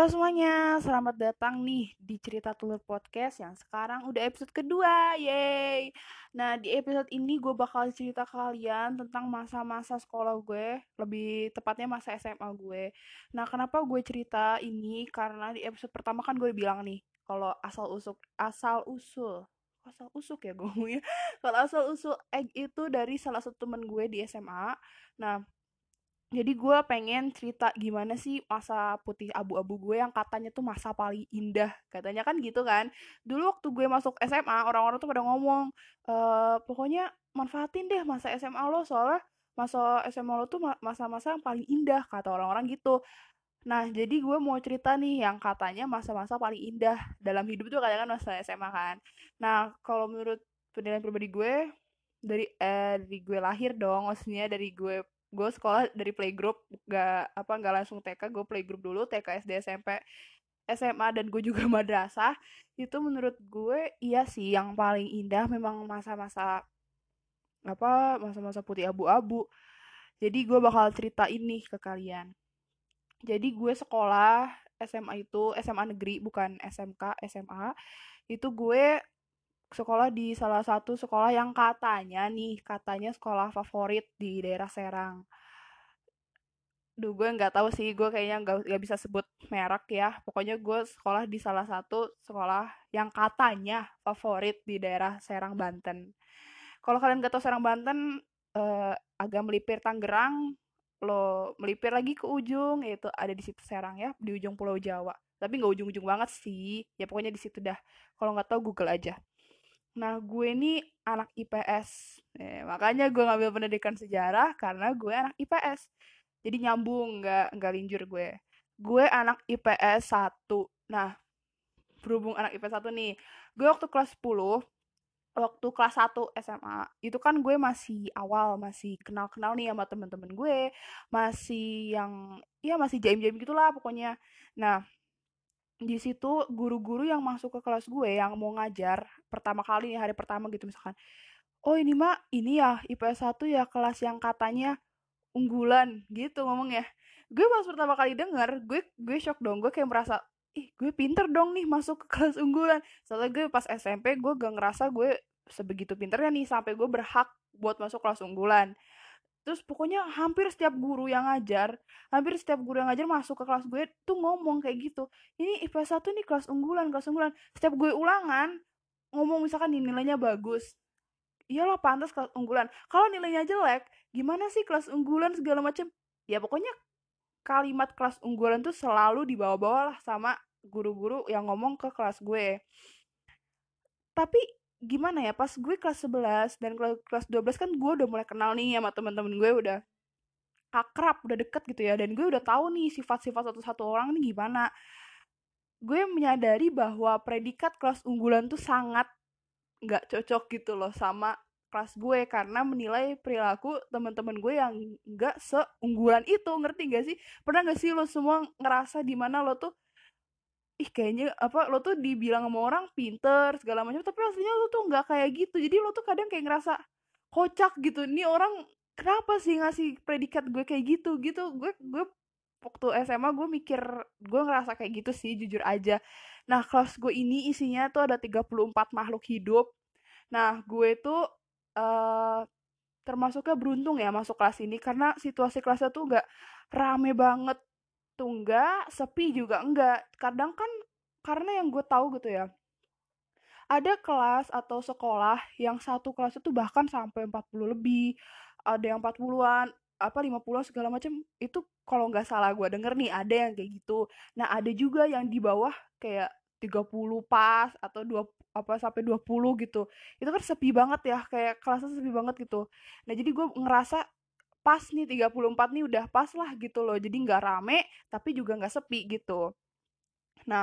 Semuanya, selamat datang nih di Cerita Tulur Podcast yang sekarang udah episode kedua, yeay. Nah, di episode ini gue bakal cerita kalian tentang masa-masa sekolah gue, lebih tepatnya masa SMA gue. Nah, kenapa gue cerita ini? Karena di episode pertama kan gue bilang nih, kalau asal usuk ya gue ngomongnya. Kalau asal usul egg itu dari salah satu temen gue di SMA. Nah, jadi gue pengen cerita gimana sih masa putih abu-abu gue yang katanya tuh masa paling indah. Katanya kan gitu kan. Dulu waktu gue masuk SMA, orang-orang tuh pada ngomong, pokoknya manfaatin deh masa SMA lo, soalnya masa SMA lo tuh masa-masa yang paling indah, kata orang-orang gitu. Nah, jadi gue mau cerita nih yang katanya masa-masa paling indah dalam hidup tuh kadang kan masa SMA kan. Nah, kalau menurut penilaian pribadi gue, dari gue lahir dong, maksudnya dari gue sekolah dari playgroup, nggak langsung TK, gue playgroup dulu, TK, SD, SMP, SMA, dan gue juga madrasah. Itu menurut gue iya sih yang paling indah memang masa-masa masa-masa putih abu-abu. Jadi gue bakal cerita ini ke kalian. Jadi gue sekolah SMA itu SMA negeri, bukan SMK, SMA. Itu gue sekolah di salah satu sekolah yang katanya sekolah favorit di daerah Serang. Duh, gue nggak tahu sih, gue kayaknya nggak bisa sebut merek ya. Pokoknya gue sekolah di salah satu sekolah yang katanya favorit di daerah Serang, Banten. Kalau kalian nggak tahu Serang, Banten, agak melipir Tangerang, lo melipir lagi ke ujung, yaitu ada di situ Serang ya, di ujung Pulau Jawa. Tapi nggak ujung-ujung banget sih, ya pokoknya di situ dah. Kalau nggak tahu Google aja. Nah, gue ini anak IPS. Makanya gue ngambil pendidikan sejarah karena gue anak IPS. Jadi nyambung, nggak linjur gue. Gue anak IPS 1. Nah, berhubung anak IPS 1 nih, gue waktu kelas 10, waktu kelas 1 SMA, itu kan gue masih awal, masih kenal-kenal nih sama temen-temen gue, masih yang, ya masih jaim-jaim gitulah pokoknya. Nah, di situ guru-guru yang masuk ke kelas gue yang mau ngajar pertama kali nih, hari pertama gitu misalkan, oh ini mah ini ya IPS 1 ya, kelas yang katanya unggulan gitu ngomong ya. Gue pas pertama kali denger, gue shock dong, gue kayak merasa, ih gue pinter dong nih masuk ke kelas unggulan. Soalnya gue pas SMP gue gak ngerasa gue sebegitu pinternya nih sampai gue berhak buat masuk kelas unggulan. Terus pokoknya hampir setiap guru yang ngajar masuk ke kelas gue tuh ngomong kayak gitu. Ini IPS 1 nih kelas unggulan, kelas unggulan. Setiap gue ulangan, ngomong misalkan nih nilainya bagus. Iyalah pantas kelas unggulan. Kalau nilainya jelek, gimana sih kelas unggulan segala macam. Ya pokoknya kalimat kelas unggulan tuh selalu dibawa-bawa lah sama guru-guru yang ngomong ke kelas gue. Tapi gimana ya, pas gue kelas 11 dan kelas 12 kan gue udah mulai kenal nih sama teman-teman gue, udah akrab, udah deket gitu ya, dan gue udah tahu nih sifat-sifat satu-satu orang nih gimana. Gue menyadari bahwa predikat kelas unggulan tuh sangat nggak cocok gitu loh sama kelas gue, karena menilai perilaku teman-teman gue yang nggak seunggulan itu, ngerti gak sih? Pernah gak sih lo semua ngerasa di mana lo tuh, ih kayaknya lo tuh dibilang sama orang pinter segala macam, tapi aslinya lo tuh nggak kayak gitu. Jadi lo tuh kadang kayak ngerasa kocak gitu, nih orang kenapa sih ngasih predikat gue kayak gitu gitu. Gue waktu SMA gue mikir, gue ngerasa kayak gitu sih jujur aja. Nah, kelas gue ini isinya tuh ada 34 makhluk hidup. Nah, gue tuh eh termasuknya beruntung ya masuk kelas ini, karena situasi kelasnya tuh nggak rame banget, tuh nggak sepi juga enggak. Kadang kan karena yang gue tahu gitu ya, ada kelas atau sekolah yang satu kelas itu bahkan sampai 40 lebih, ada yang 40-an, 50 segala macam. Itu kalau nggak salah gue denger nih ada yang kayak gitu. Nah, ada juga yang di bawah kayak 30 pas atau sampai 20 gitu. Itu kan sepi banget ya, kayak kelasnya sepi banget gitu. Nah, jadi gue ngerasa pas nih 34 nih udah pas lah gitu loh. Jadi nggak rame tapi juga nggak sepi gitu. Nah,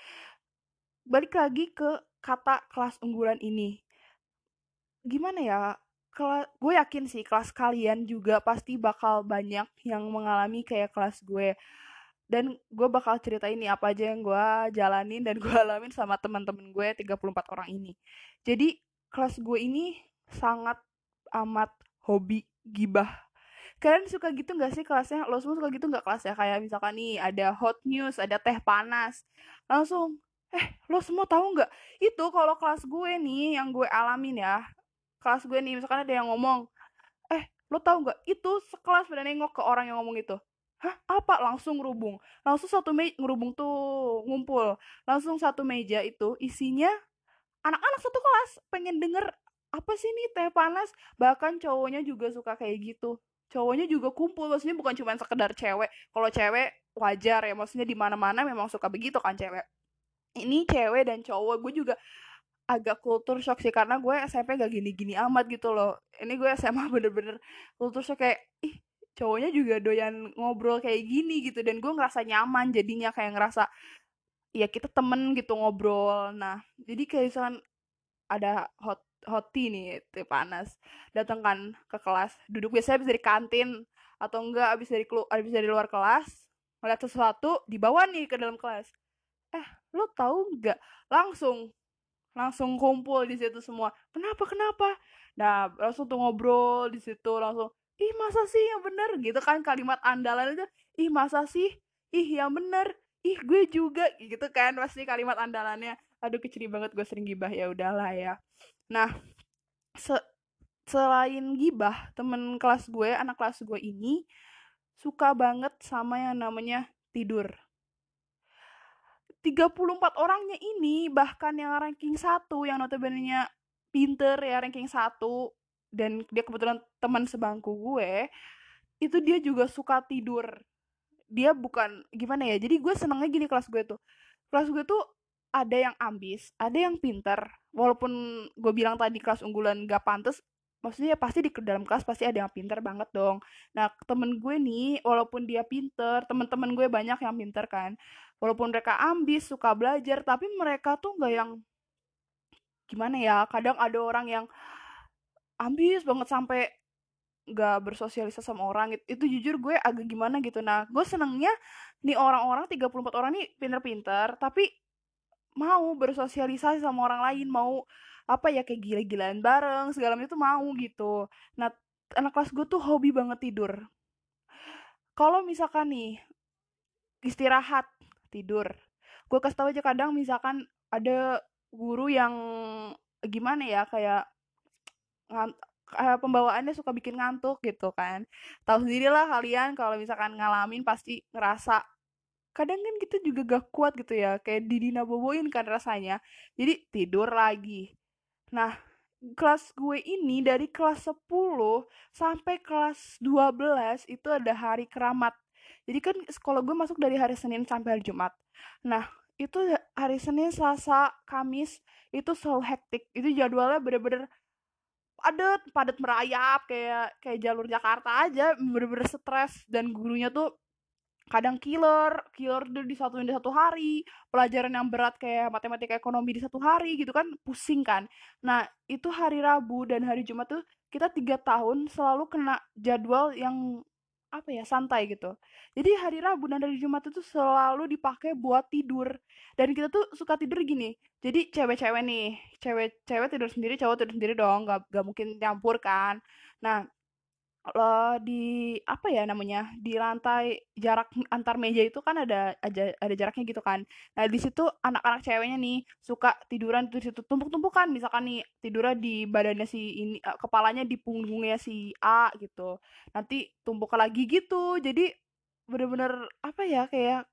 balik lagi ke kata kelas unggulan ini. Gimana ya? Gue yakin sih kelas kalian juga pasti bakal banyak yang mengalami kayak kelas gue. Dan gue bakal ceritain nih apa aja yang gue jalanin dan gue alamin sama teman-teman gue 34 orang ini. Jadi kelas gue ini sangat amat hobi gibah. Kalian suka gitu nggak sih kelasnya? Lo semua suka gitu nggak kelasnya? Kayak misalkan nih ada hot news, ada teh panas, langsung, lo semua tahu nggak? Itu kalau kelas gue nih yang gue alamin ya, kelas gue nih misalkan ada yang ngomong, lo tahu nggak? Itu sekelas pada nengok ke orang yang ngomong itu. Hah? Apa? Langsung ngerubung. Langsung satu meja ngerubung tuh ngumpul. Langsung satu meja itu isinya anak-anak satu kelas pengen denger apa sih nih teh panas. Bahkan cowoknya juga suka kayak gitu, cowoknya juga kumpul, maksudnya bukan cuma sekedar cewek. Kalau cewek wajar ya, maksudnya di mana-mana memang suka begitu kan cewek. Ini cewek dan cowok, gue juga agak kultur shock sih karena gue SMP gak gini-gini amat gitu loh. Ini gue SMA bener-bener kultur shock kayak, ih, cowoknya juga doyan ngobrol kayak gini gitu, dan gue ngerasa nyaman jadinya, kayak ngerasa ya kita temen gitu ngobrol. Nah, jadi kayak misalkan ada hot tea nih, teh panas, datang kan ke kelas, duduk biasanya habis dari kantin atau enggak habis dari luar kelas, ngeliat sesuatu dibawa nih ke dalam kelas. Lo tahu nggak? Langsung langsung kumpul di situ semua. Kenapa kenapa? Nah, langsung tuh ngobrol di situ langsung. Ih, masa sih yang bener gitu kan, kalimat andalan itu. Ih, masa sih? Ih, yang bener. Ih, gue juga gitu kan pasti kalimat andalannya. Aduh, kecil banget, gue sering gibah, ya udahlah ya. Nah, se- selain gibah, temen kelas gue, anak kelas gue ini suka banget sama yang namanya tidur. 34 orangnya ini, bahkan yang ranking satu, yang notabene-nya pinter ya, ranking satu, dan dia kebetulan teman sebangku gue, itu dia juga suka tidur. Dia bukan gimana ya, jadi gue senengnya gini, kelas gue tuh ada yang ambis, ada yang pinter. Walaupun gue bilang tadi kelas unggulan gak pantas, maksudnya pasti di dalam kelas pasti ada yang pinter banget dong. Nah, temen gue nih, walaupun dia pinter, temen-temen gue banyak yang pinter kan, walaupun mereka ambis, suka belajar, tapi mereka tuh nggak yang gimana ya, kadang ada orang yang ambis banget sampai nggak bersosialisasi sama orang gitu. Itu jujur gue agak gimana gitu. Nah, gue senengnya nih orang-orang 34 orang nih pinter-pinter, tapi mau bersosialisasi sama orang lain, mau apa ya, kayak gila-gilaan bareng segala macam itu mau gitu. Nah, anak kelas gue tuh hobi banget tidur. Kalau misalkan nih istirahat, tidur, gue kasih tahu aja. Kadang misalkan ada guru yang gimana ya, kayak pembawaannya suka bikin ngantuk gitu kan. Tahu sendirilah kalian kalau misalkan ngalamin pasti ngerasa kadang kan kita juga gak kuat gitu ya, kayak didina boboin kan rasanya, jadi tidur lagi. Nah, kelas gue ini dari kelas 10 sampai kelas 12 itu ada hari keramat. Jadi kan sekolah gue masuk dari hari Senin sampai hari Jumat. Nah, itu hari Senin, Selasa, Kamis itu selalu hektik. Itu jadwalnya bener-bener padat merayap, kayak kayak jalur Jakarta aja, bener-bener stres. Dan gurunya tuh kadang killer killer tuh disatuin di satu hari, pelajaran yang berat kayak matematika ekonomi di satu hari gitu kan, pusing kan. Nah, itu hari Rabu dan hari Jumat tuh kita 3 tahun selalu kena jadwal yang apa ya, santai gitu. Jadi hari Rabu dan hari Jumat itu selalu dipakai buat tidur, dan kita tuh suka tidur gini. Jadi cewek-cewek nih, cewek-cewek tidur sendiri, cowok tidur sendiri dong, gak mungkin campur kan. Nah, di apa ya namanya, di lantai jarak antar meja itu kan ada jaraknya gitu kan. Nah, di situ anak-anak ceweknya nih suka tiduran di situ tumpuk-tumpukan, misalkan nih tidurnya di badannya si ini, kepalanya di punggungnya si A gitu. Nanti tumpuk lagi gitu. Jadi bener-bener apa ya, kayak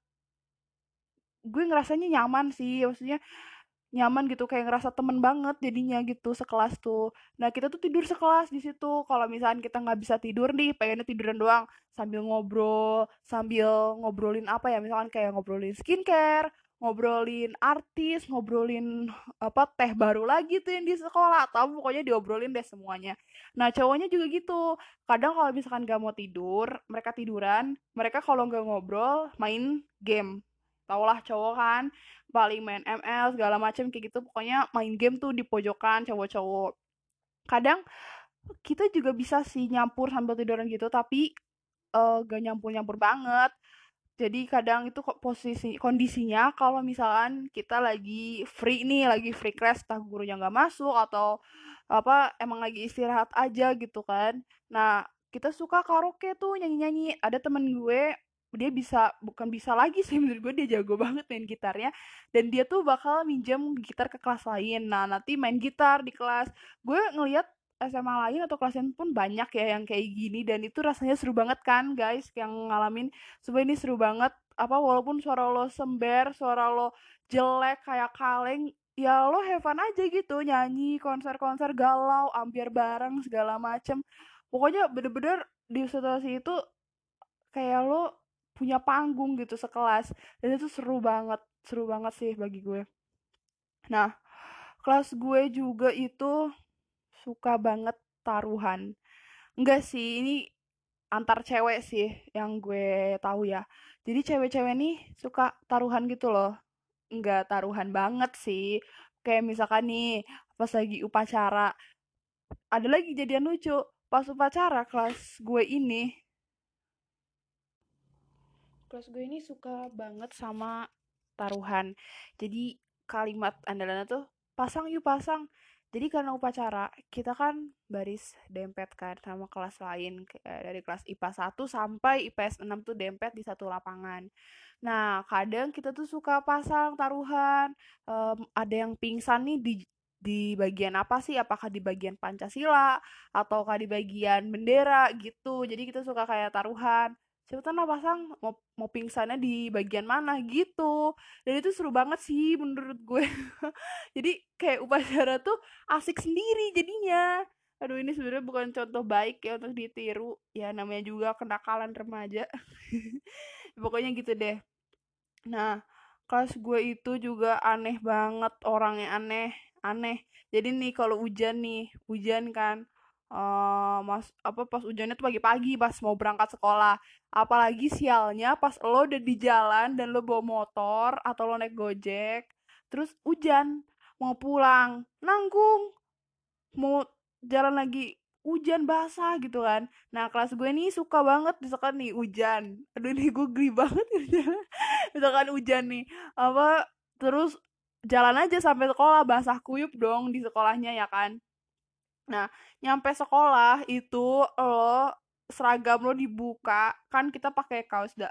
gue ngerasanya nyaman sih, maksudnya nyaman gitu, kayak ngerasa temen banget jadinya gitu sekelas tuh. Nah, kita tuh tidur sekelas di situ. Kalau misalkan kita nggak bisa tidur nih, pengennya tiduran doang, sambil ngobrol, sambil ngobrolin apa ya, misalkan kayak ngobrolin skincare, ngobrolin artis, ngobrolin apa teh baru lagi tuh yang di sekolah, atau pokoknya diobrolin deh semuanya. Nah, cowoknya juga gitu. Kadang kalau misalkan nggak mau tidur, mereka tiduran, mereka kalau nggak ngobrol, main game. Tau lah cowok kan, paling main ML segala macam kayak gitu, pokoknya main game tuh di pojokan cowok-cowok. Kadang kita juga bisa sih nyampur sambil tiduran gitu, tapi gak nyampur-nyampur banget. Jadi kadang itu kok posisi kondisinya kalau misalkan kita lagi free nih, lagi free class, entah gurunya nggak masuk atau apa emang lagi istirahat aja gitu kan. Nah, kita suka karaoke tuh nyanyi-nyanyi. Ada temen gue, dia bisa, bukan bisa lagi sih menurut gue, dia jago banget main gitarnya. Dan dia tuh bakal minjem gitar ke kelas lain. Nah, nanti main gitar di kelas. Gue ngeliat SMA lain atau kelas lain pun banyak ya yang kayak gini. Dan itu rasanya seru banget kan guys, yang ngalamin. Sebenernya ini seru banget. Apa, walaupun suara lo sember, suara lo jelek kayak kaleng, ya lo have fun aja gitu, nyanyi, konser-konser galau, ambiar bareng segala macem. Pokoknya bener-bener di situasi itu kayak lo punya panggung gitu sekelas, dan itu seru banget sih bagi gue. Nah, kelas gue juga itu suka banget taruhan. Enggak sih, ini antar cewek sih yang gue tahu ya. Jadi cewek-cewek nih suka taruhan gitu loh. Enggak taruhan banget sih. Kayak misalkan nih, pas lagi upacara, ada lagi kejadian lucu. Pas upacara kelas gue ini suka banget sama taruhan. Jadi kalimat andalannya tuh pasang yuk pasang. Jadi karena upacara, kita kan baris dempet kan sama kelas lain. Dari kelas IPA 1 sampai IPS 6 tuh dempet di satu lapangan. Nah, kadang kita tuh suka pasang taruhan. Ada yang pingsan nih di bagian apa sih? Apakah di bagian Pancasila ataukah di bagian bendera gitu. Jadi kita suka kayak taruhan. Siapa tahu pasang mau pingsannya di bagian mana gitu. Dan itu seru banget sih menurut gue. Jadi kayak upacara tuh asik sendiri jadinya. Aduh, ini sebenarnya bukan contoh baik ya untuk ditiru. Ya namanya juga kenakalan remaja. Pokoknya gitu deh. Nah, kelas gue itu juga aneh banget, orangnya aneh, aneh. Jadi nih kalau hujan kan, pas hujannya tuh pagi-pagi pas mau berangkat sekolah. Apalagi sialnya pas lo udah di jalan dan lo bawa motor atau lo naik Gojek, terus hujan, mau pulang, nanggung, mau jalan lagi hujan basah gitu kan. Nah, kelas gue nih suka banget misalkan nih hujan. Aduh nih gue geli banget gitu. Misalkan hujan nih, apa, terus jalan aja sampai sekolah basah kuyup dong di sekolahnya ya kan. Nah, nyampe sekolah itu lo seragam lo dibuka, kan kita pakai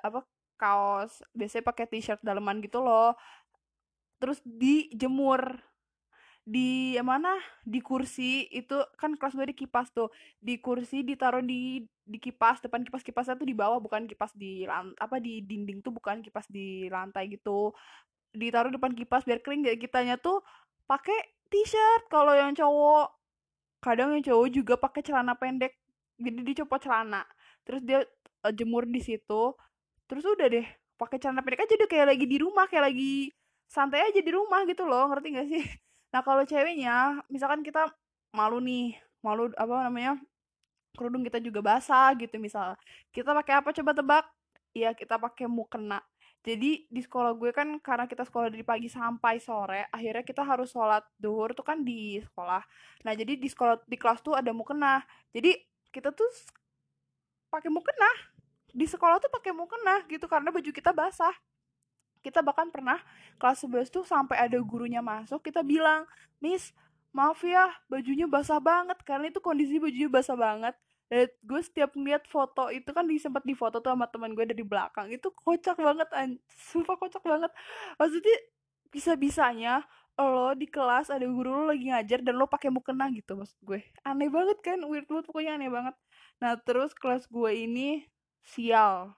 kaos biasanya pakai t-shirt daleman gitu loh. Terus dijemur di yang mana, di kursi itu kan kelas gue di kipas tuh, di kursi ditaruh di kipas, depan kipasnya tuh di bawah, bukan kipas di dinding tuh, bukan kipas di lantai gitu, ditaruh depan kipas biar kering. Jadi kitanya tuh pakai t-shirt. Kalau yang cowok, kadang yang cowok juga pakai celana pendek, jadi dia copot celana, terus dia jemur di situ. Terus udah deh, pakai celana pendek aja deh, kayak lagi di rumah, kayak lagi santai aja di rumah gitu loh, ngerti gak sih? Nah, kalau ceweknya, misalkan kita malu nih, malu apa namanya, kerudung kita juga basah gitu misal. Kita pakai apa coba tebak? Iya, kita pakai mukena. Jadi di sekolah gue kan karena kita sekolah dari pagi sampai sore, akhirnya kita harus sholat duhur tuh kan di sekolah. Nah, jadi di kelas tuh ada mukena. Jadi kita tuh pakai mukena di sekolah tuh pakai mukena gitu karena baju kita basah. Kita bahkan pernah kelas 11 tuh sampai ada gurunya masuk, kita bilang, "Miss, maaf ya, bajunya basah banget." Karena itu kondisi bajunya basah banget. Dan gue setiap ngeliat foto itu kan sempat di foto tuh sama teman gue dari belakang. Itu kocak banget, sumpah kocak banget. Maksudnya bisa-bisanya lo di kelas ada guru lo lagi ngajar dan lo pakai mukena gitu, maksud gue. Aneh banget kan, weird banget, pokoknya aneh banget. Nah, terus kelas gue ini sial.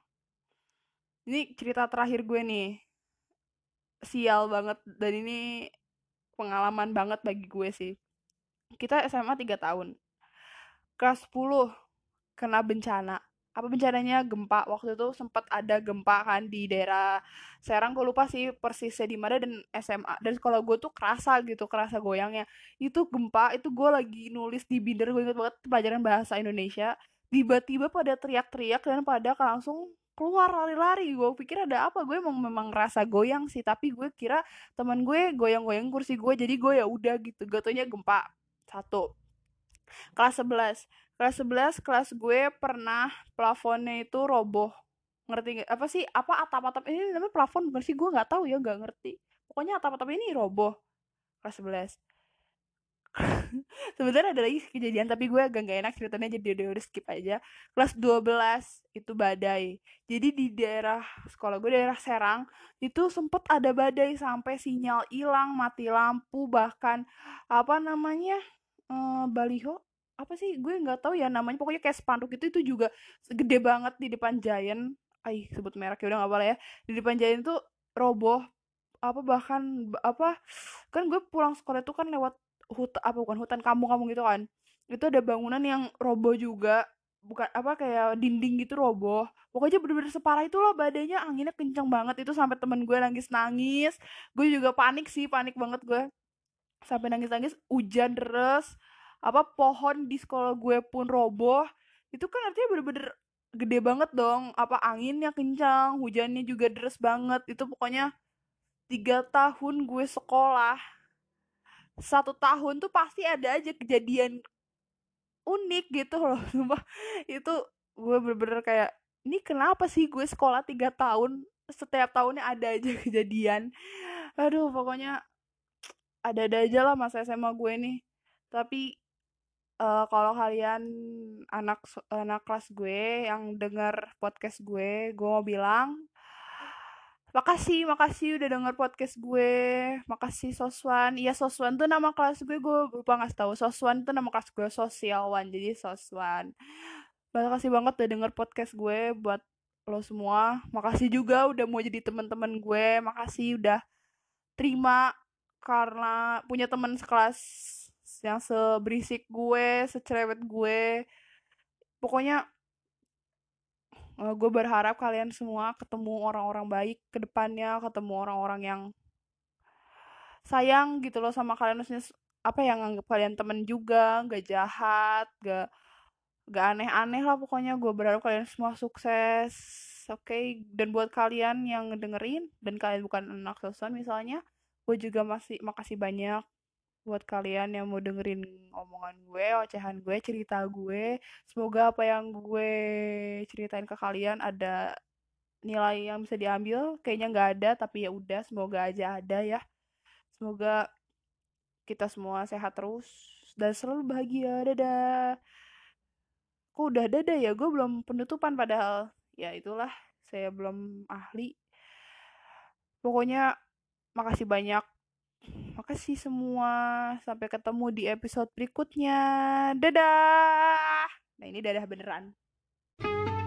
Ini cerita terakhir gue nih. Sial banget, dan ini pengalaman banget bagi gue sih. Kita SMA 3 tahun. Kelas 10 kena bencana. Apa bencananya? Gempa. Waktu itu sempat ada gempa kan di daerah Serang, gue lupa sih persisnya di mana, dan SMA. Dan sekolah gue tuh kerasa gitu, kerasa goyangnya. Itu gempa, itu gue lagi nulis di binder, gue inget banget pelajaran bahasa Indonesia. Tiba-tiba pada teriak-teriak dan pada langsung keluar lari-lari. Gue pikir ada apa, gue memang ngerasa goyang sih, tapi gue kira teman gue goyang-goyang kursi gue, jadi gue ya udah gitu, gatonya gempa. Satu. Kelas 11 kelas gue pernah plafonnya itu roboh. Ngerti gak? Apa sih, apa atap-atap ini namanya plafon bukan sih, gue nggak tahu ya, nggak ngerti. Pokoknya atap-atap ini roboh. Kelas 11 Sebenarnya ada lagi kejadian tapi gue agak gak enak ceritanya, jadi udah skip aja. Kelas 12 itu badai. Jadi di daerah sekolah gue, daerah Serang, itu sempet ada badai sampai sinyal hilang, mati lampu, bahkan apa namanya, baliho apa sih gue nggak tahu ya namanya, pokoknya kayak spanduk itu juga gede banget di depan Giant. Sebut merek ya udah nggak boleh ya. Di depan Giant tuh roboh, apa bahkan apa, kan gue pulang sekolah itu kan lewat apa bukan hutan, kampung-kampung gitu kan, itu ada bangunan yang roboh juga, bukan apa, kayak dinding gitu roboh. Pokoknya bener-bener separah itu loh badainya, anginnya kenceng banget itu sampai temen gue nangis-nangis. Gue juga panik sih, panik banget gue, sampai nangis-nangis. Hujan deras, apa pohon di sekolah gue pun roboh. Itu kan artinya bener-bener gede banget dong, apa anginnya kencang, hujannya juga deras banget. Itu pokoknya 3 tahun gue sekolah, 1 tahun tuh pasti ada aja kejadian unik gitu loh. Sumpah itu gue bener-bener kayak, ini kenapa sih gue sekolah 3 tahun, setiap tahunnya ada aja kejadian. Aduh pokoknya ada-ada aja lah masa SMA gue nih. Tapi kalau kalian anak kelas gue yang denger podcast gue mau bilang makasih, makasih udah denger podcast gue. Makasih Soswan. Iya, Soswan tuh nama kelas gue lupa ngasih tahu. Soswan tuh nama kelas gue, Sosial One. Jadi Soswan. Makasih banget udah denger podcast gue buat lo semua. Makasih juga udah mau jadi teman-teman gue. Makasih udah terima karena punya teman sekelas yang seberisik gue, secerewet gue. Pokoknya gue berharap kalian semua ketemu orang-orang baik ke depannya, ketemu orang-orang yang sayang gitu loh sama kalian, maksudnya apa yang nganggap kalian temen juga, nggak jahat, nggak aneh-aneh lah. Pokoknya gue berharap kalian semua sukses, oke. Dan buat kalian yang dengerin dan kalian bukan anak sosan misalnya, gue juga masih makasih banyak buat kalian yang mau dengerin omongan gue, ocehan gue, cerita gue. Semoga apa yang gue ceritain ke kalian ada nilai yang bisa diambil. Kayaknya nggak ada, tapi ya udah, semoga aja ada ya. Semoga kita semua sehat terus dan selalu bahagia. Dadah. Kok udah dadah ya? Gue belum penutupan padahal. Ya itulah, saya belum ahli. Pokoknya makasih banyak. Makasih semua. Sampai ketemu di episode berikutnya. Dadah. Nah ini dadah beneran.